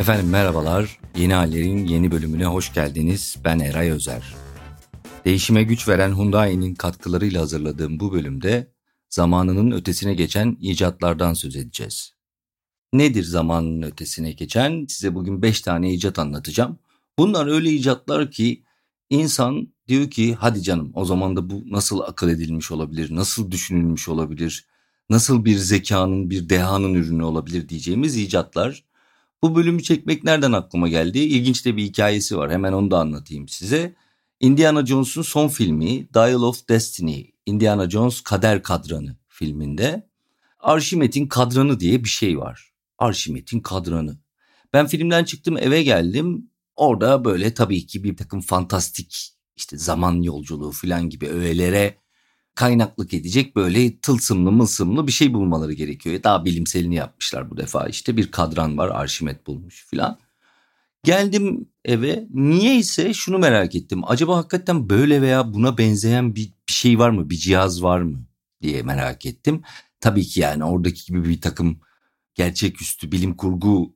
Efendim merhabalar, Yeni Haller'in yeni bölümüne hoş geldiniz. Ben Eray Özer. Değişime güç veren Hyundai'nin katkılarıyla hazırladığım bu bölümde zamanının ötesine geçen icatlardan söz edeceğiz. Nedir zamanın ötesine geçen? Size bugün 5 tane icat anlatacağım. Bunlar öyle icatlar ki insan diyor ki hadi canım o zaman da bu nasıl akıl edilmiş olabilir, nasıl düşünülmüş olabilir, nasıl bir zekanın, bir dehanın ürünü olabilir diyeceğimiz icatlar. Bu bölümü çekmek nereden aklıma geldi? İlginç de bir hikayesi var. Hemen onu da anlatayım size. Indiana Jones'un son filmi Dial of Destiny, Indiana Jones Kader Kadranı filminde Arşimet'in kadranı diye bir şey var. Arşimet'in kadranı. Ben filmden çıktım eve geldim. Orada böyle tabii ki bir takım fantastik işte zaman yolculuğu falan gibi öğelere kaynaklık edecek böyle tılsımlı mılsımlı bir şey bulmaları gerekiyor. Daha bilimselini yapmışlar bu defa işte bir kadran var Arşimet bulmuş filan. Geldim eve niyeyse şunu merak ettim. Acaba hakikaten böyle veya buna benzeyen bir şey var mı? Bir cihaz var mı diye merak ettim. Tabii ki yani oradaki gibi bir takım gerçeküstü bilim kurgu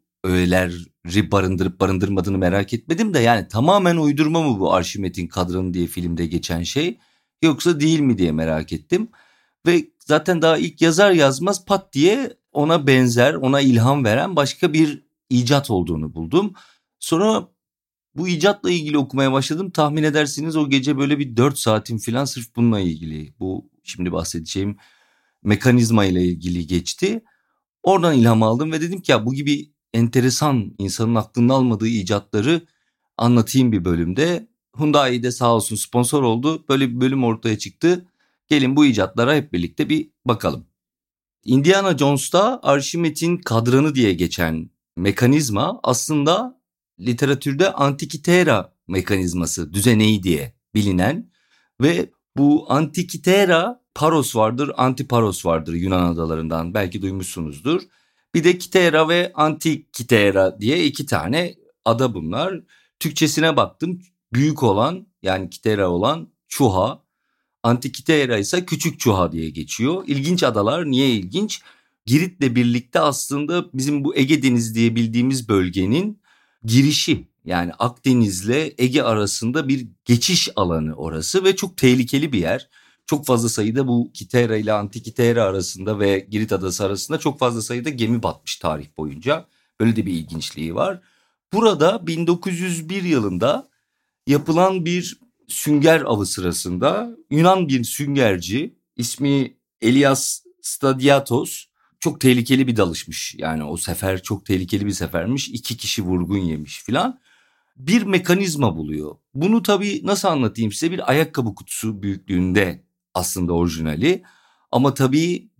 öğeleri barındırıp barındırmadığını merak etmedim de yani tamamen uydurma mı bu Arşimet'in kadranı diye filmde geçen şey yoksa değil mi diye merak ettim. Ve zaten daha ilk yazar yazmaz pat diye ona benzer, ona ilham veren başka bir icat olduğunu buldum. Sonra bu icatla ilgili okumaya başladım. Tahmin edersiniz o gece böyle bir 4 saatim falan sırf bununla ilgili. Bu şimdi bahsedeceğim mekanizma ile ilgili geçti. Oradan ilham aldım ve dedim ki ya bu gibi enteresan insanın aklını almadığı icatları anlatayım bir bölümde. Hyundai de sağ olsun sponsor oldu. Böyle bir bölüm ortaya çıktı. Gelin bu icatlara hep birlikte bir bakalım. Indiana Jones'ta Arşimet'in kadranı diye geçen mekanizma aslında literatürde Antikythera mekanizması, düzeneği diye bilinen ve bu Antikythera Paros vardır, Antiparos vardır Yunan adalarından belki duymuşsunuzdur. Bir de Kythera ve Antikythera diye iki tane ada bunlar. Türkçesine baktım. Büyük olan yani Kythera olan Çuha, Antikythera ise Küçük Çuha diye geçiyor. İlginç adalar. Niye ilginç? Girit'le birlikte aslında bizim bu Ege Denizi diye bildiğimiz bölgenin girişi. Yani Akdeniz'le Ege arasında bir geçiş alanı orası ve çok tehlikeli bir yer. Çok fazla sayıda bu Kythera ile Antikythera arasında ve Girit adası arasında çok fazla sayıda gemi batmış tarih boyunca. Böyle de bir ilginçliği var. Burada 1901 yılında yapılan bir sünger avı sırasında Yunan bir süngerci ismi Elias Stadiatos çok tehlikeli bir dalışmış. Yani o sefer çok tehlikeli bir sefermiş. 2 kişi vurgun yemiş filan. Bir mekanizma buluyor. Bunu tabii nasıl anlatayım size, bir ayakkabı kutusu büyüklüğünde aslında orijinali. Ama tabii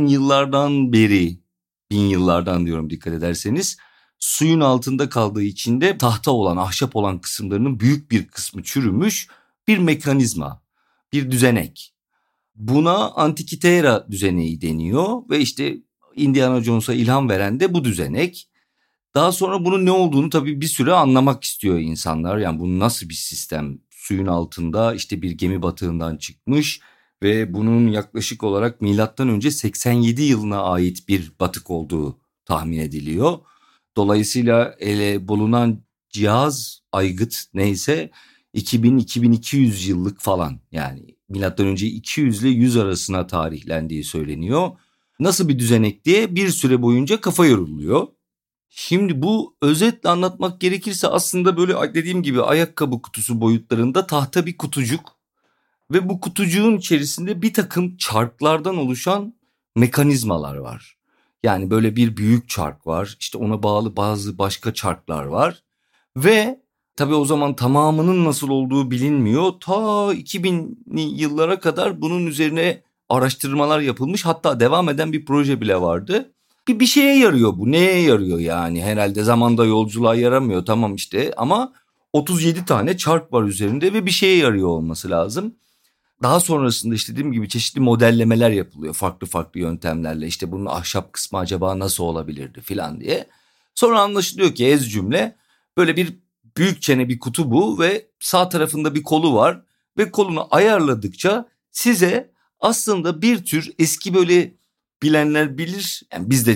bin yıllardan diyorum dikkat ederseniz, suyun altında kaldığı için de tahta olan, ahşap olan kısımlarının büyük bir kısmı çürümüş bir mekanizma, bir düzenek. Buna Antikythera düzeneği deniyor ve işte Indiana Jones'a ilham veren de bu düzenek. Daha sonra bunun ne olduğunu tabii bir süre anlamak istiyor insanlar. Yani bu nasıl bir sistem? Suyun altında işte bir gemi batığından çıkmış ve bunun yaklaşık olarak milattan önce 87 yılına ait bir batık olduğu tahmin ediliyor. Dolayısıyla ele bulunan cihaz, aygıt neyse 2000-2200 yıllık falan, yani milattan önce 200 ile 100 arasına tarihlendiği söyleniyor. Nasıl bir düzenek diye bir süre boyunca kafa yoruluyor. Şimdi bu özetle anlatmak gerekirse aslında böyle dediğim gibi ayakkabı kutusu boyutlarında tahta bir kutucuk ve bu kutucuğun içerisinde bir takım çarklardan oluşan mekanizmalar var. Yani böyle bir büyük çark var, işte ona bağlı bazı başka çarklar var ve tabii o zaman tamamının nasıl olduğu bilinmiyor. Ta 2000'li yıllara kadar bunun üzerine araştırmalar yapılmış, hatta devam eden bir proje bile vardı. Bir şeye yarıyor bu. Neye yarıyor yani? Herhalde zamanda yolculuğa yaramıyor tamam işte ama 37 tane çark var üzerinde ve bir şeye yarıyor olması lazım. Daha sonrasında işte dediğim gibi çeşitli modellemeler yapılıyor farklı farklı yöntemlerle. İşte bunun ahşap kısmı acaba nasıl olabilirdi filan diye. Sonra anlaşılıyor ki ez cümle böyle bir büyük çene bir kutu bu ve sağ tarafında bir kolu var ve kolunu ayarladıkça size aslında bir tür eski böyle bilenler bilir. Yani biz de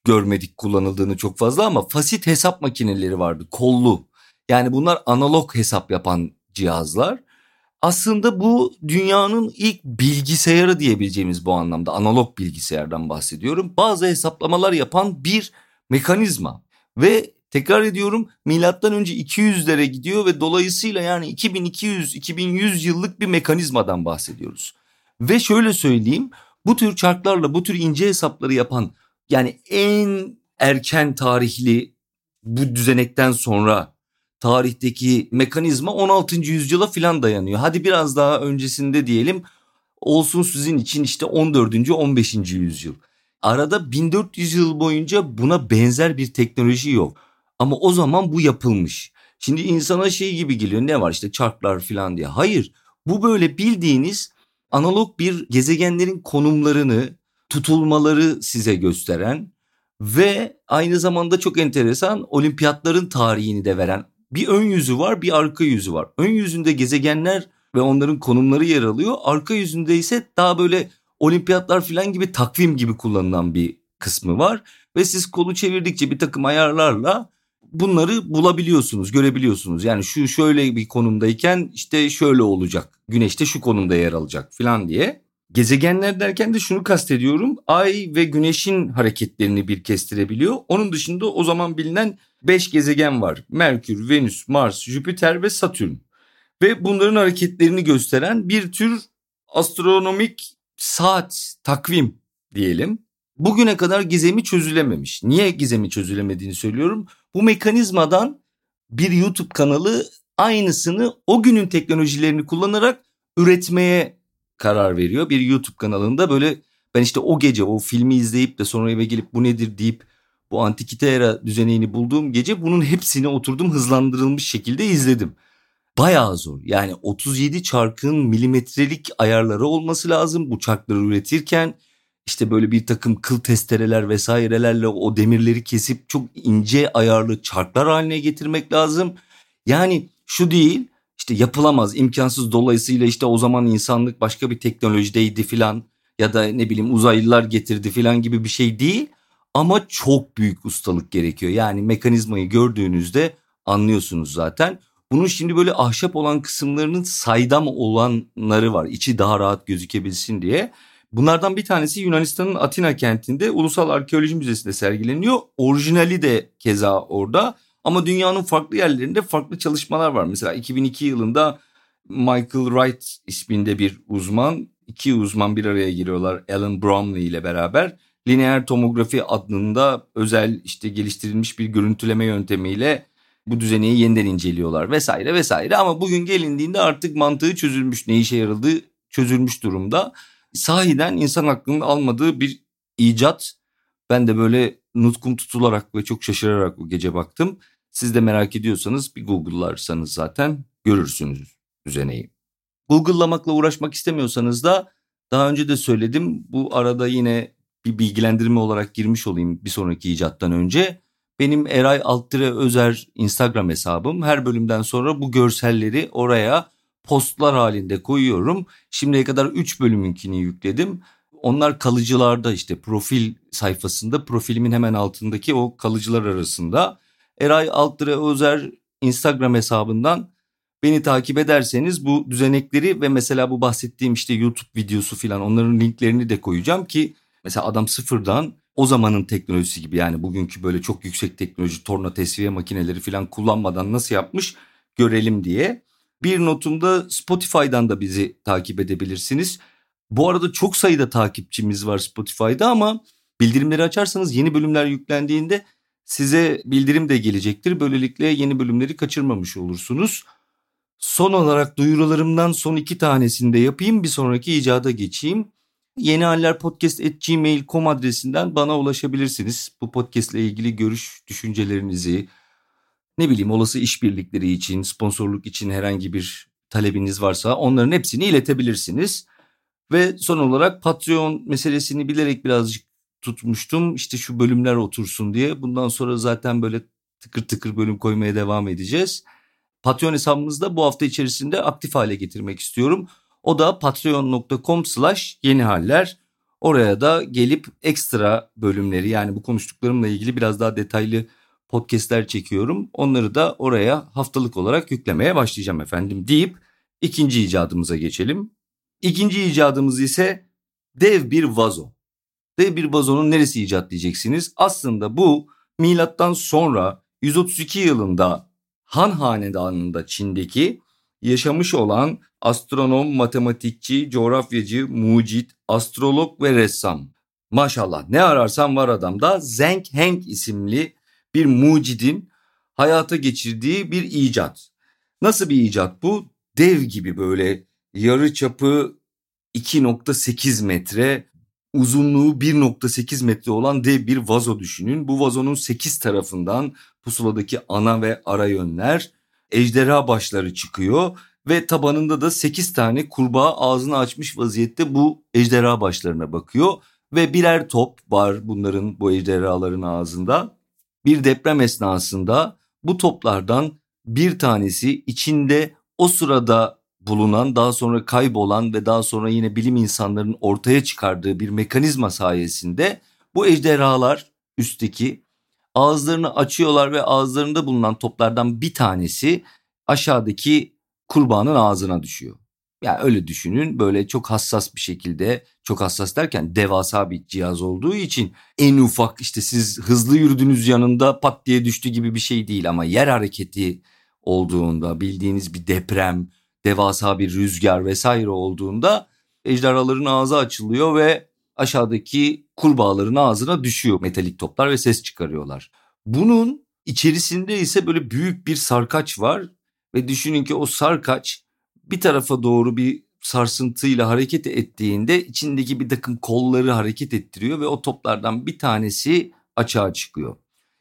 görmedik kullanıldığını çok fazla ama fasit hesap makineleri vardı, kollu. Yani bunlar analog hesap yapan cihazlar. Aslında bu dünyanın ilk bilgisayarı diyebileceğimiz, bu anlamda analog bilgisayardan bahsediyorum. Bazı hesaplamalar yapan bir mekanizma ve tekrar ediyorum, milattan önce 200'lere gidiyor ve dolayısıyla yani 2200-2100 yıllık bir mekanizmadan bahsediyoruz. Ve şöyle söyleyeyim, bu tür çarklarla bu tür ince hesapları yapan, yani en erken tarihli bu düzenekten sonra tarihteki mekanizma 16. yüzyıla falan dayanıyor. Hadi biraz daha öncesinde diyelim, olsun sizin için işte 14. 15. yüzyıl. Arada 1400 yıl boyunca buna benzer bir teknoloji yok. Ama o zaman bu yapılmış. Şimdi insana şey gibi geliyor, ne var işte çarklar falan diye. Hayır, bu böyle bildiğiniz analog bir gezegenlerin konumlarını, tutulmaları size gösteren ve aynı zamanda çok enteresan olimpiyatların tarihini de veren bir ön yüzü var, bir arka yüzü var. Ön yüzünde gezegenler ve onların konumları yer alıyor. Arka yüzünde ise daha böyle olimpiyatlar falan gibi takvim gibi kullanılan bir kısmı var. Ve siz kolu çevirdikçe bir takım ayarlarla bunları bulabiliyorsunuz, görebiliyorsunuz. Yani şu şöyle bir konumdayken işte şöyle olacak, güneş de şu konumda yer alacak falan diye. Gezegenler derken de şunu kastediyorum. Ay ve güneşin hareketlerini bir kestirebiliyor. Onun dışında o zaman bilinen 5 gezegen var. Merkür, Venüs, Mars, Jüpiter ve Satürn. Ve bunların hareketlerini gösteren bir tür astronomik saat, takvim diyelim. Bugüne kadar gizemi çözülememiş. Niye gizemi çözülemediğini söylüyorum. Bu mekanizmadan bir YouTube kanalı aynısını o günün teknolojilerini kullanarak üretmeye karar veriyor. Bir YouTube kanalında böyle ben işte o gece o filmi izleyip de sonra eve gelip bu nedir deyip bu antikite era düzeneğini bulduğum gece bunun hepsini oturdum hızlandırılmış şekilde izledim. Bayağı zor. Yani 37 çarkın milimetrelik ayarları olması lazım bu çarkları üretirken. İşte böyle bir takım kıl testereler vesairelerle o demirleri kesip çok ince ayarlı çarklar haline getirmek lazım. Yani şu değil, işte yapılamaz, imkansız, dolayısıyla işte o zaman insanlık başka bir teknolojideydi filan ya da ne bileyim uzaylılar getirdi filan gibi bir şey değil. Ama çok büyük ustalık gerekiyor. Yani mekanizmayı gördüğünüzde anlıyorsunuz zaten. Bunun şimdi böyle ahşap olan kısımlarının saydam olanları var. İçi daha rahat gözükebilsin diye. Bunlardan bir tanesi Yunanistan'ın Atina kentinde Ulusal Arkeoloji Müzesi'nde sergileniyor. Orijinali de keza orada. Ama dünyanın farklı yerlerinde farklı çalışmalar var. Mesela 2002 yılında Michael Wright isminde bir uzman, iki uzman bir araya giriyorlar Alan Bromley ile beraber. Lineer tomografi adında özel işte geliştirilmiş bir görüntüleme yöntemiyle bu düzeneyi yeniden inceliyorlar vesaire vesaire. Ama bugün gelindiğinde artık mantığı çözülmüş, ne işe yaradığı çözülmüş durumda. Sahiden insan aklının almadığı bir icat. Ben de böyle nutkum tutularak ve çok şaşırarak o gece baktım. Siz de merak ediyorsanız bir Google'larsanız zaten görürsünüz düzeneyi. Google'lamakla uğraşmak istemiyorsanız da daha önce de söyledim. Bu arada yine bir bilgilendirme olarak girmiş olayım bir sonraki icattan önce. Benim Eray Alttire Özer Instagram hesabım. Her bölümden sonra bu görselleri oraya postlar halinde koyuyorum. Şimdiye kadar 3 bölümünkini yükledim. Onlar kalıcılarda, işte profil sayfasında, profilimin hemen altındaki o kalıcılar arasında. Eray Alttire Özer Instagram hesabından beni takip ederseniz bu düzenekleri ve mesela bu bahsettiğim işte YouTube videosu falan, onların linklerini de koyacağım ki mesela adam sıfırdan o zamanın teknolojisi gibi, yani bugünkü böyle çok yüksek teknoloji torna tesviye makineleri falan kullanmadan nasıl yapmış görelim diye. Bir notumda Spotify'dan da bizi takip edebilirsiniz. Bu arada çok sayıda takipçimiz var Spotify'da ama bildirimleri açarsanız yeni bölümler yüklendiğinde size bildirim de gelecektir. Böylelikle yeni bölümleri kaçırmamış olursunuz. Son olarak duyurularımdan son 2 tanesini de yapayım, bir sonraki icada geçeyim. yenihallerpodcast@gmail.com adresinden bana ulaşabilirsiniz. Bu podcast ile ilgili görüş, düşüncelerinizi, ne bileyim olası işbirlikleri için, sponsorluk için herhangi bir talebiniz varsa onların hepsini iletebilirsiniz. Ve son olarak Patreon meselesini bilerek birazcık tutmuştum. İşte şu bölümler otursun diye. Bundan sonra zaten böyle tıkır tıkır bölüm koymaya devam edeceğiz. Patreon hesabımızda bu hafta içerisinde aktif hale getirmek istiyorum. O da patreon.com/yenihaller. Oraya da gelip ekstra bölümleri, yani bu konuştuklarımla ilgili biraz daha detaylı podcastler çekiyorum. Onları da oraya haftalık olarak yüklemeye başlayacağım efendim deyip ikinci icadımıza geçelim. İkinci icadımız ise dev bir vazo. Dev bir vazonun neresi icat diyeceksiniz? Aslında bu milattan sonra 132 yılında Han Hanedanı'nda Çin'deki yaşamış olan astronom, matematikçi, coğrafyacı, mucit, astrolog ve ressam. Maşallah ne ararsan var adamda. Zheng Heng isimli bir mucidin hayata geçirdiği bir icat. Nasıl bir icat bu? Dev gibi böyle yarı çapı 2,8 metre, uzunluğu 1,8 metre olan dev bir vazo düşünün. Bu vazonun 8 tarafından pusuladaki ana ve ara yönler, ejderha başları çıkıyor ve tabanında da 8 tane kurbağa ağzını açmış vaziyette bu ejderha başlarına bakıyor ve birer top var bunların, bu ejderhaların ağzında. Bir deprem esnasında bu toplardan bir tanesi içinde o sırada bulunan, daha sonra kaybolan ve daha sonra yine bilim insanlarının ortaya çıkardığı bir mekanizma sayesinde bu ejderhalar üstteki ağızlarını açıyorlar ve ağızlarında bulunan toplardan bir tanesi aşağıdaki kurbağanın ağzına düşüyor. Yani öyle düşünün, böyle çok hassas bir şekilde, çok hassas derken devasa bir cihaz olduğu için en ufak, işte siz hızlı yürüdüğünüz yanında pat diye düştü gibi bir şey değil, ama yer hareketi olduğunda, bildiğiniz bir deprem, devasa bir rüzgar vesaire olduğunda ejderhaların ağzı açılıyor ve aşağıdaki kurbağaların ağzına düşüyor metalik toplar ve ses çıkarıyorlar. Bunun içerisinde ise böyle büyük bir sarkaç var ve düşünün ki o sarkaç bir tarafa doğru bir sarsıntıyla hareket ettiğinde içindeki bir takım kolları hareket ettiriyor ve o toplardan bir tanesi açığa çıkıyor.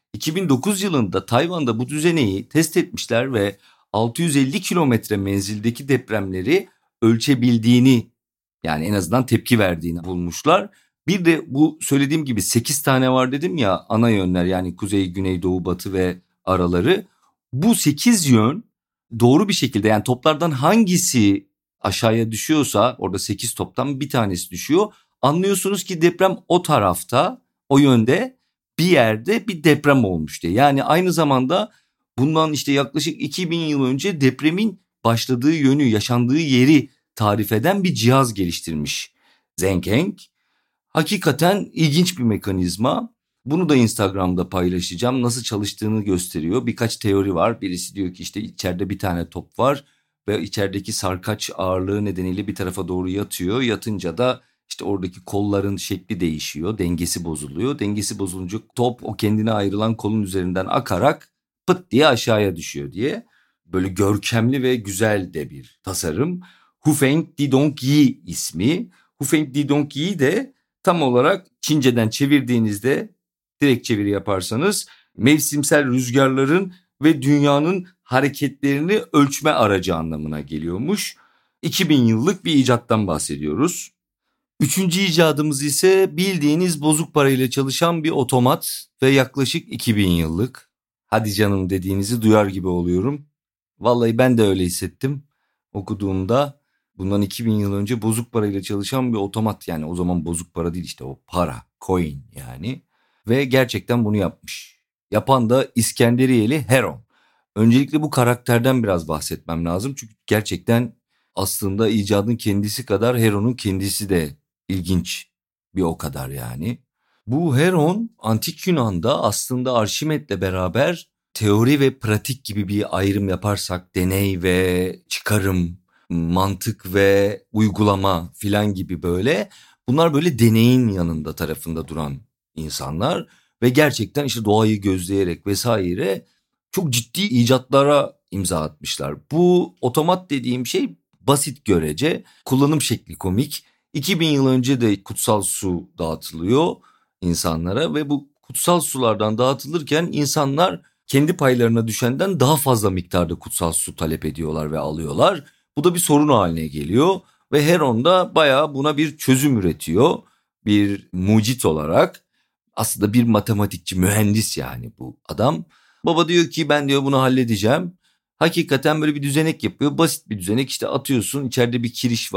2009 yılında Tayvan'da bu düzeneyi test etmişler ve 650 kilometre menzildeki depremleri ölçebildiğini, yani en azından tepki verdiğini bulmuşlar. Bir de bu söylediğim gibi 8 tane var dedim ya, ana yönler, yani kuzey, güney, doğu, batı ve araları. Bu 8 yön doğru bir şekilde, yani toplardan hangisi aşağıya düşüyorsa orada 8 toptan bir tanesi düşüyor. Anlıyorsunuz ki deprem o tarafta, o yönde bir yerde bir deprem olmuş diye. Yani aynı zamanda bundan işte yaklaşık 2000 yıl önce depremin başladığı yönü, yaşandığı yeri tarif eden bir cihaz geliştirmiş Zheng Heng. Hakikaten ilginç bir mekanizma. Bunu da Instagram'da paylaşacağım. Nasıl çalıştığını gösteriyor. Birkaç teori var. Birisi diyor ki işte içeride bir tane top var ve içerideki sarkaç ağırlığı nedeniyle bir tarafa doğru yatıyor. Yatınca da işte oradaki kolların şekli değişiyor, dengesi bozuluyor. Dengesi bozulunca top o kendine ayrılan kolun üzerinden akarak pıt diye aşağıya düşüyor diye. Böyle görkemli ve güzel de bir tasarım. Hufeng Didong Yi ismi. Hufeng Didong Yi de tam olarak Çince'den çevirdiğinizde, direkt çeviri yaparsanız, mevsimsel rüzgarların ve dünyanın hareketlerini ölçme aracı anlamına geliyormuş. 2000 yıllık bir icattan bahsediyoruz. Üçüncü icadımız ise bildiğiniz bozuk parayla çalışan bir otomat ve yaklaşık 2000 yıllık. Hadi canım dediğinizi duyar gibi oluyorum. Vallahi ben de öyle hissettim okuduğumda. Bundan 2000 yıl önce bozuk parayla çalışan bir otomat, yani o zaman bozuk para değil, işte o para, coin yani. Ve gerçekten bunu yapmış. Yapan da İskenderiyeli Heron. Öncelikle bu karakterden biraz bahsetmem lazım. Çünkü gerçekten aslında icadın kendisi kadar Heron'un kendisi de ilginç bir o kadar yani. Bu Heron antik Yunan'da aslında Arşimet'le beraber teori ve pratik gibi bir ayrım yaparsak, deney ve çıkarım, mantık ve uygulama filan gibi, böyle bunlar böyle deneyin yanında, tarafında duran insanlar ve gerçekten işte doğayı gözleyerek vesaire çok ciddi icatlara imza atmışlar. Bu otomat dediğim şey basit görece, kullanım şekli komik. 2000 yıl önce de kutsal su dağıtılıyor insanlara ve bu kutsal sulardan dağıtılırken insanlar kendi paylarına düşenden daha fazla miktarda kutsal su talep ediyorlar ve alıyorlar. Bu da bir sorun haline geliyor ve Heron da bayağı buna bir çözüm üretiyor. Bir mucit olarak, aslında bir matematikçi, mühendis yani bu adam. Baba diyor ki ben diyor bunu halledeceğim. Hakikaten böyle bir düzenek yapıyor. Basit bir düzenek, işte atıyorsun, içeride bir kiriş var.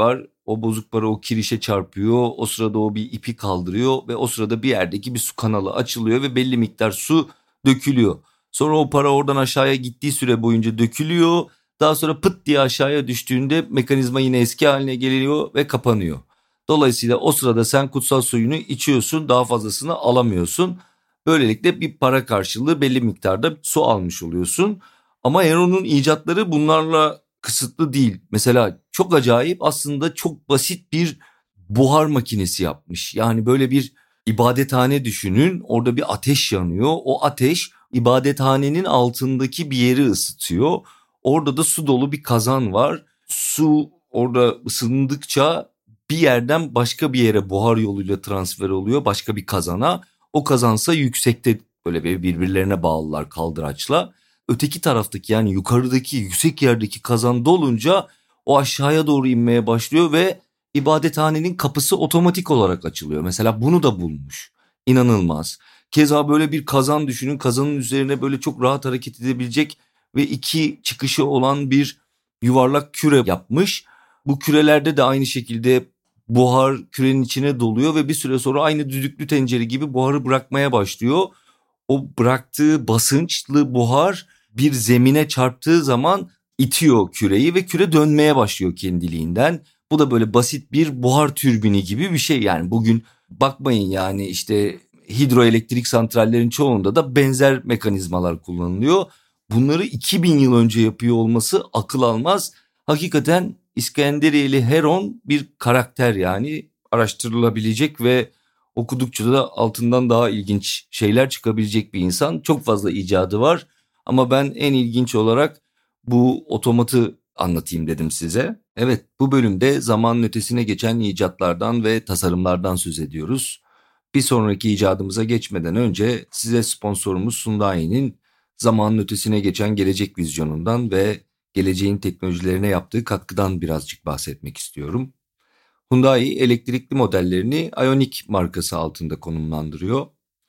O bozuk para o kirişe çarpıyor. O sırada o bir ipi kaldırıyor ve o sırada bir yerdeki bir su kanalı açılıyor ve belli miktar su dökülüyor. Sonra o para oradan aşağıya gittiği süre boyunca dökülüyor. Daha sonra pıt diye aşağıya düştüğünde mekanizma yine eski haline geliyor ve kapanıyor. Dolayısıyla o sırada sen kutsal suyunu içiyorsun, daha fazlasını alamıyorsun. Böylelikle bir para karşılığı belli miktarda su almış oluyorsun. Ama Enron'un icatları bunlarla kısıtlı değil. Mesela çok acayip, aslında çok basit bir buhar makinesi yapmış. Yani böyle bir ibadethane düşünün. Orada bir ateş yanıyor. O ateş ibadethanenin altındaki bir yeri ısıtıyor. Orada da su dolu bir kazan var. Su orada ısındıkça bir yerden başka bir yere buhar yoluyla transfer oluyor, başka bir kazana. O kazansa yüksekte, böyle birbirlerine bağlılar kaldıraçla. Öteki taraftaki, yani yukarıdaki yüksek yerdeki kazan dolunca o aşağıya doğru inmeye başlıyor ve ibadethanenin kapısı otomatik olarak açılıyor. Mesela bunu da bulmuş. İnanılmaz. Keza böyle bir kazan düşünün. Kazanın üzerine böyle çok rahat hareket edebilecek ve iki çıkışı olan bir yuvarlak küre yapmış. Bu kürelerde de aynı şekilde buhar kürenin içine doluyor ve bir süre sonra aynı düdüklü tencere gibi buharı bırakmaya başlıyor. O bıraktığı basınçlı buhar bir zemine çarptığı zaman itiyor küreyi ve küre dönmeye başlıyor kendiliğinden. Bu da böyle basit bir buhar türbini gibi bir şey. Yani bugün bakmayın, yani işte hidroelektrik santrallerin çoğunda da benzer mekanizmalar kullanılıyor. Bunları 2000 yıl önce yapıyor olması akıl almaz. Hakikaten İskenderiyeli Heron bir karakter, yani araştırılabilecek ve okudukça da altından daha ilginç şeyler çıkabilecek bir insan. Çok fazla icadı var ama ben en ilginç olarak bu otomatı anlatayım dedim size. Evet, bu bölümde zamanın ötesine geçen icatlardan ve tasarımlardan söz ediyoruz. Bir sonraki icadımıza geçmeden önce size sponsorumuz Hyundai'nin zamanın ötesine geçen gelecek vizyonundan ve geleceğin teknolojilerine yaptığı katkıdan birazcık bahsetmek istiyorum. Hyundai elektrikli modellerini Ioniq markası altında konumlandırıyor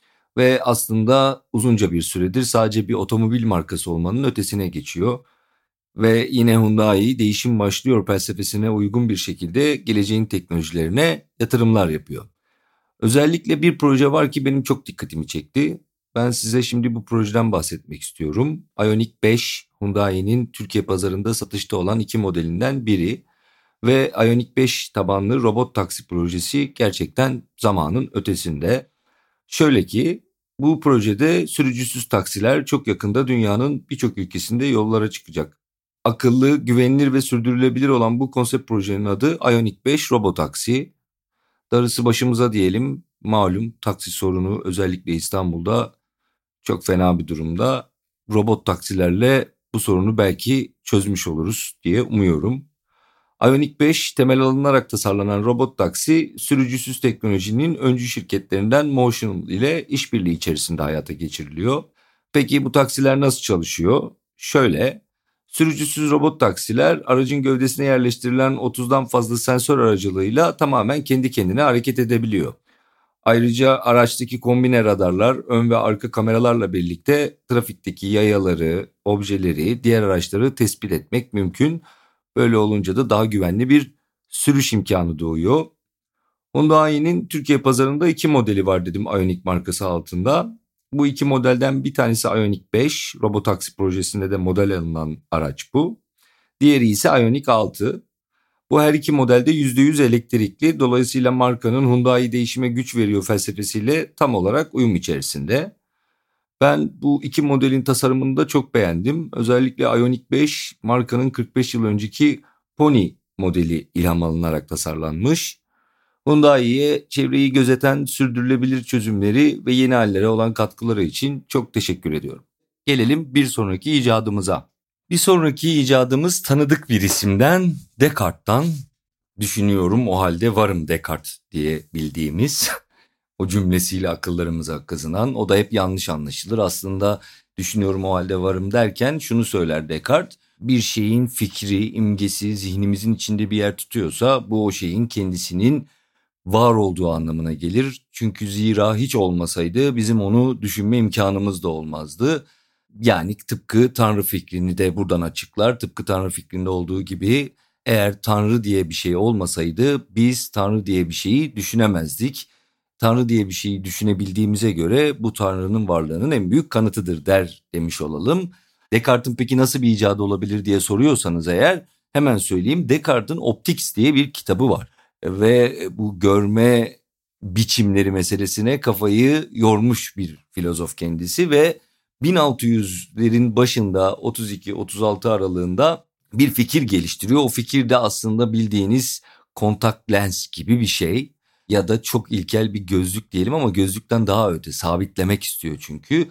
ve aslında uzunca bir süredir sadece bir otomobil markası olmanın ötesine geçiyor. Ve yine Hyundai değişim başlıyor felsefesine uygun bir şekilde geleceğin teknolojilerine yatırımlar yapıyor. Özellikle bir proje var ki benim çok dikkatimi çekti. Ben size şimdi bu projeden bahsetmek istiyorum. Ioniq 5, Hyundai'nin Türkiye pazarında satışta olan iki modelinden biri. Ve Ioniq 5 tabanlı robot taksi projesi gerçekten zamanın ötesinde. Şöyle ki, bu projede sürücüsüz taksiler çok yakında dünyanın birçok ülkesinde yollara çıkacak. Akıllı, güvenilir ve sürdürülebilir olan bu konsept projenin adı Ioniq 5 Robotaksi. Darısı başımıza diyelim. Malum taksi sorunu özellikle İstanbul'da çok fena bir durumda. Robot taksilerle bu sorunu belki çözmüş oluruz diye umuyorum. Ioniq 5 temel alınarak tasarlanan robot taksi, sürücüsüz teknolojinin öncü şirketlerinden Motion ile işbirliği içerisinde hayata geçiriliyor. Peki bu taksiler nasıl çalışıyor? Şöyle, sürücüsüz robot taksiler aracın gövdesine yerleştirilen 30'dan fazla sensör aracılığıyla tamamen kendi kendine hareket edebiliyor. Ayrıca araçtaki kombine radarlar, ön ve arka kameralarla birlikte trafikteki yayaları, objeleri, diğer araçları tespit etmek mümkün. Böyle olunca da daha güvenli bir sürüş imkanı doğuyor. Hyundai'nin Türkiye pazarında iki modeli var dedim Ioniq markası altında. Bu iki modelden bir tanesi Ioniq 5, robotaksi projesinde de model alınan araç bu. Diğeri ise Ioniq 6. Bu her iki modelde %100 elektrikli, dolayısıyla markanın Hyundai değişime güç veriyor felsefesiyle tam olarak uyum içerisinde. Ben bu iki modelin tasarımını da çok beğendim. Özellikle Ioniq 5 markanın 45 yıl önceki Pony modeli ilham alınarak tasarlanmış. Hyundai'ye çevreyi gözeten sürdürülebilir çözümleri ve yeni hallere olan katkıları için çok teşekkür ediyorum. Gelelim bir sonraki icadımıza. Bir sonraki icadımız tanıdık bir isimden, Descartes'tan. Düşünüyorum o halde varım Descartes diye bildiğimiz o cümlesiyle akıllarımıza kazınan, o da hep yanlış anlaşılır. Aslında düşünüyorum o halde varım derken şunu söyler Descartes: bir şeyin fikri, imgesi zihnimizin içinde bir yer tutuyorsa bu o şeyin kendisinin var olduğu anlamına gelir. Çünkü zira hiç olmasaydı bizim onu düşünme imkanımız da olmazdı. Yani tıpkı Tanrı fikrini de buradan açıklar. Tıpkı Tanrı fikrinde olduğu gibi Eğer Tanrı diye bir şey olmasaydı biz Tanrı diye bir şeyi düşünemezdik. Tanrı diye bir şeyi düşünebildiğimize göre bu Tanrı'nın varlığının en büyük kanıtıdır der demiş olalım. Descartes'in peki nasıl bir icadı olabilir diye soruyorsanız eğer hemen söyleyeyim. Descartes'in Optics diye bir kitabı var ve bu görme biçimleri meselesine kafayı yormuş bir filozof kendisi ve 1600'lerin başında 32-36 aralığında bir fikir geliştiriyor. O fikir de aslında bildiğiniz kontak lens gibi bir şey ya da çok ilkel bir gözlük diyelim ama gözlükten daha öte sabitlemek istiyor çünkü.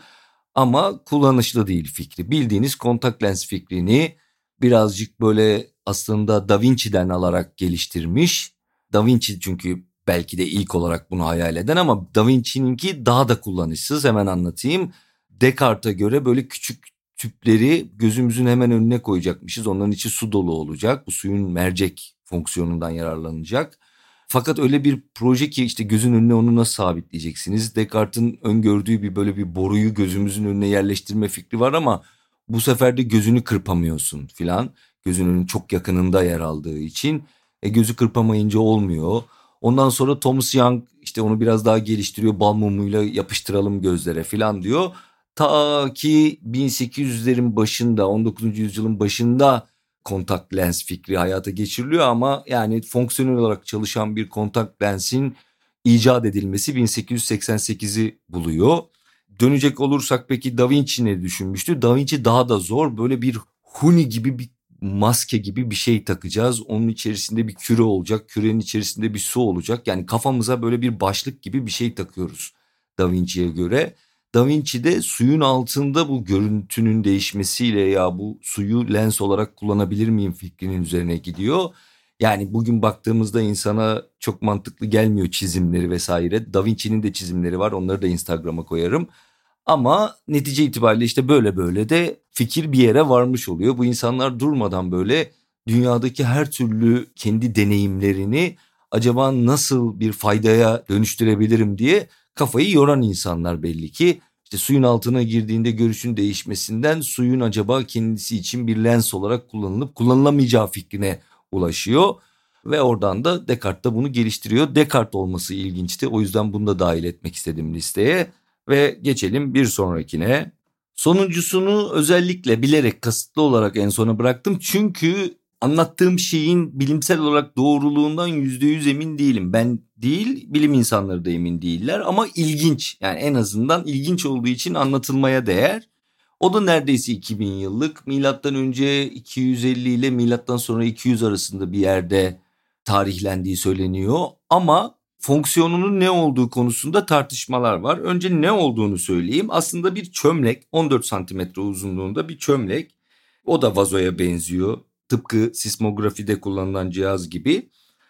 Ama kullanışlı değil fikri. Bildiğiniz kontak lens fikrini birazcık böyle aslında Da Vinci'den alarak geliştirmiş. Da Vinci çünkü belki de ilk olarak bunu hayal eden ama Da Vinci'ninki daha da kullanışsız, hemen anlatayım. Descartes'e göre böyle küçük tüpleri gözümüzün hemen önüne koyacakmışız. Onların içi su dolu olacak. Bu suyun mercek fonksiyonundan yararlanacak. Fakat öyle bir proje ki işte gözün önüne onu nasıl sabitleyeceksiniz? Descartes'in öngördüğü bir böyle bir boruyu gözümüzün önüne yerleştirme fikri var ama bu sefer de gözünü kırpamıyorsun filan. Gözün önünün çok yakınında yer aldığı için gözü kırpamayınca olmuyor. Ondan sonra Thomas Young işte onu biraz daha geliştiriyor. Bal mumuyla yapıştıralım gözlere filan diyor. Ta ki 1800'lerin başında 19. yüzyılın başında kontak lens fikri hayata geçiriliyor ama yani fonksiyonel olarak çalışan bir kontak lensin icat edilmesi 1888'i buluyor. Dönecek olursak peki Da Vinci ne düşünmüştü? Da Vinci daha da zor, böyle bir huni gibi bir maske gibi bir şey takacağız. Onun içerisinde bir küre olacak. Kürenin içerisinde bir su olacak. Yani kafamıza böyle bir başlık gibi bir şey takıyoruz Da Vinci'ye göre. Da Vinci de suyun altında bu görüntünün değişmesiyle ya bu suyu lens olarak kullanabilir miyim fikrinin üzerine gidiyor. Yani bugün baktığımızda insana çok mantıklı gelmiyor çizimleri vesaire. Da Vinci'nin de çizimleri var, onları da Instagram'a koyarım. Ama netice itibariyle işte böyle böyle de fikir bir yere varmış oluyor. Bu insanlar durmadan böyle dünyadaki her türlü kendi deneyimlerini acaba nasıl bir faydaya dönüştürebilirim diye kafayı yoran insanlar belli ki. İşte suyun altına girdiğinde görüşün değişmesinden suyun acaba kendisi için bir lens olarak kullanılıp kullanılamayacağı fikrine ulaşıyor. Ve oradan da Descartes da bunu geliştiriyor. Descartes olması ilginçti. O yüzden bunu da dahil etmek istedim listeye. Ve geçelim bir sonrakine. Sonuncusunu özellikle bilerek kasıtlı olarak en sona bıraktım. Çünkü anlattığım şeyin bilimsel olarak doğruluğundan %100 emin değilim. Ben değil, bilim insanları da emin değiller ama ilginç. Yani en azından ilginç olduğu için anlatılmaya değer. O da neredeyse 2000 yıllık. Milattan önce 250 ile milattan sonra 200 arasında bir yerde tarihlendiği söyleniyor. Ama fonksiyonunun ne olduğu konusunda tartışmalar var. Önce ne olduğunu söyleyeyim. Aslında bir çömlek, 14 santimetre uzunluğunda bir çömlek. O da vazoya benziyor. Tıpkı sismografide kullanılan cihaz gibi.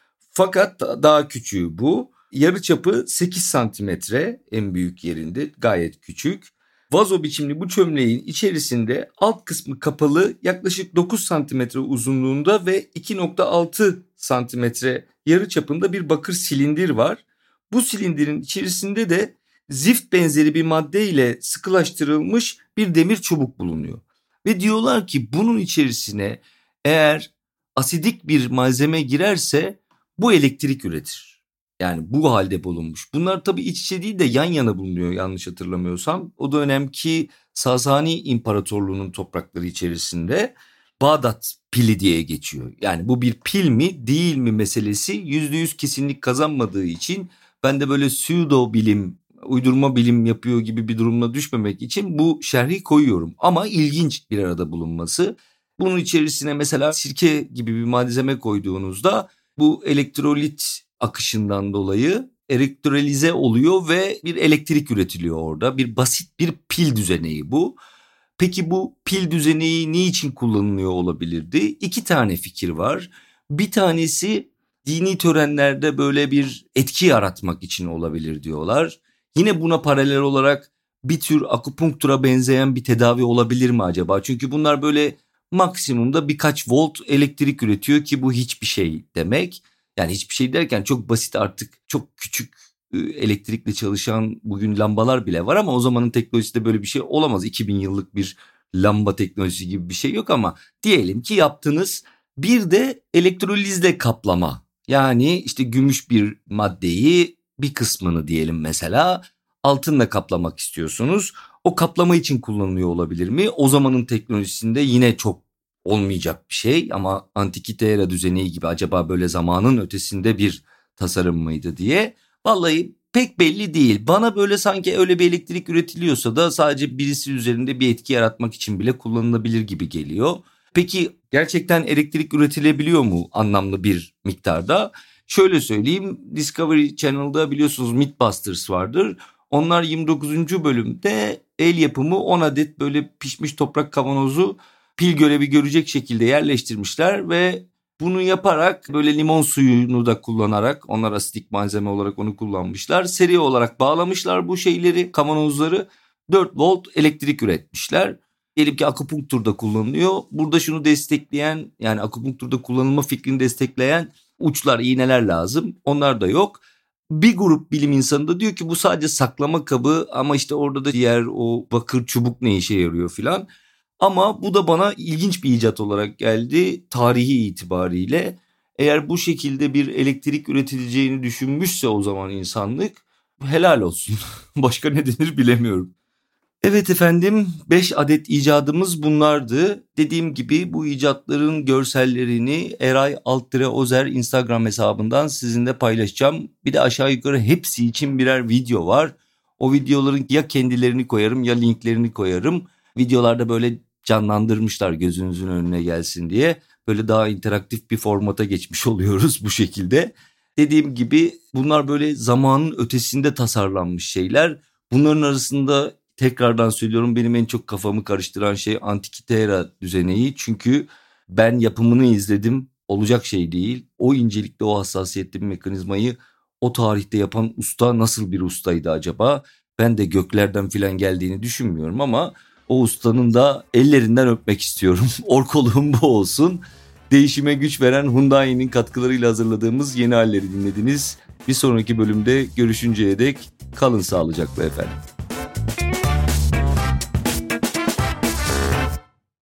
Fakat daha küçüğü bu. Yarıçapı 8 santimetre, en büyük yerinde, gayet küçük. Vazo biçimli bu çömleğin içerisinde alt kısmı kapalı, yaklaşık 9 santimetre uzunluğunda ve 2,6 santimetre yarıçapında bir bakır silindir var. Bu silindirin içerisinde de zift benzeri bir madde ile sıkılaştırılmış bir demir çubuk bulunuyor. Ve diyorlar ki bunun içerisine eğer asidik bir malzeme girerse bu elektrik üretir. Yani bu halde bulunmuş. Bunlar tabii iç içe değil de yan yana bulunuyor yanlış hatırlamıyorsam. O dönemki Sasani İmparatorluğu'nun toprakları içerisinde Bağdat pili diye geçiyor. Yani bu bir pil mi değil mi meselesi %100 kesinlik kazanmadığı için ben de böyle pseudo bilim, uydurma bilim yapıyor gibi bir durumuna düşmemek için bu şerhi koyuyorum. Ama ilginç bir arada bulunması. Bunun içerisine mesela sirke gibi bir malzeme koyduğunuzda bu elektrolit akışından dolayı elektrolize oluyor ve bir elektrik üretiliyor orada. Bir basit bir pil düzeneği bu. Peki bu pil düzeneği niçin kullanılıyor olabilirdi? İki tane fikir var. Bir tanesi dini törenlerde böyle bir etki yaratmak için olabilir diyorlar. Yine buna paralel olarak bir tür akupunktura benzeyen bir tedavi olabilir mi acaba? Çünkü bunlar böyle maksimumda birkaç volt elektrik üretiyor ki bu hiçbir şey demek. Yani hiçbir şey derken çok basit, artık çok küçük elektrikle çalışan bugün lambalar bile var ama o zamanın teknolojisinde böyle bir şey olamaz. 2000 yıllık bir lamba teknolojisi gibi bir şey yok ama diyelim ki yaptınız, Bir de elektrolizle kaplama. Yani işte gümüş bir maddeyi bir kısmını diyelim mesela altınla kaplamak istiyorsunuz. O kaplama için kullanılıyor olabilir mi? O zamanın teknolojisinde yine çok olmayacak bir şey ama Antikite Era düzeni gibi acaba böyle zamanın ötesinde bir tasarım mıydı diye. Vallahi pek belli değil. Bana böyle sanki öyle bir elektrik üretiliyorsa da sadece birisi üzerinde bir etki yaratmak için bile kullanılabilir gibi geliyor. Peki gerçekten elektrik üretilebiliyor mu anlamlı bir miktarda? Şöyle söyleyeyim, Discovery Channel'da biliyorsunuz Mythbusters vardır. Onlar 29. bölümde el yapımı 10 adet böyle pişmiş toprak kavanozu pil görevi görecek şekilde yerleştirmişler ve bunu yaparak böyle limon suyunu da kullanarak, onlar asitik malzeme olarak onu kullanmışlar. Seri olarak bağlamışlar bu şeyleri, kavanozları, 4 volt elektrik üretmişler. Diyelim ki akupunkturda kullanılıyor. Burada şunu destekleyen, yani akupunkturda kullanılma fikrini destekleyen uçlar, iğneler lazım. Onlar da yok. Bir grup bilim insanı da diyor ki bu sadece saklama kabı ama işte orada da diğer o bakır çubuk ne işe yarıyor filan. Ama bu da bana ilginç bir icat olarak geldi tarihi itibariyle. Eğer bu şekilde bir elektrik üretileceğini düşünmüşse o zaman insanlık, helal olsun. Başka ne denir bilemiyorum. Evet efendim, 5 adet icadımız bunlardı. Dediğim gibi bu icatların görsellerini Eray Ozer Instagram hesabından sizinle paylaşacağım. Bir de aşağı yukarı hepsi için birer video var. O videoların ya kendilerini koyarım ya linklerini koyarım. Videolarda böyle canlandırmışlar gözünüzün önüne gelsin diye. Böyle daha interaktif bir formata geçmiş oluyoruz bu şekilde. Dediğim gibi bunlar böyle zamanın ötesinde tasarlanmış şeyler. Bunların arasında tekrardan söylüyorum, benim en çok kafamı karıştıran şey Antikite Era düzeneği. Çünkü ben yapımını izledim, olacak şey değil. O incelikte, o hassasiyetli bir mekanizmayı o tarihte yapan usta nasıl bir ustaydı acaba? Ben de göklerden filan geldiğini düşünmüyorum ama o ustanın da ellerinden öpmek istiyorum. Orkoluğum bu olsun. Değişime güç veren Hyundai'nin katkılarıyla hazırladığımız yeni halleri dinlediniz. Bir sonraki bölümde görüşünceye dek kalın sağlıcakla efendim.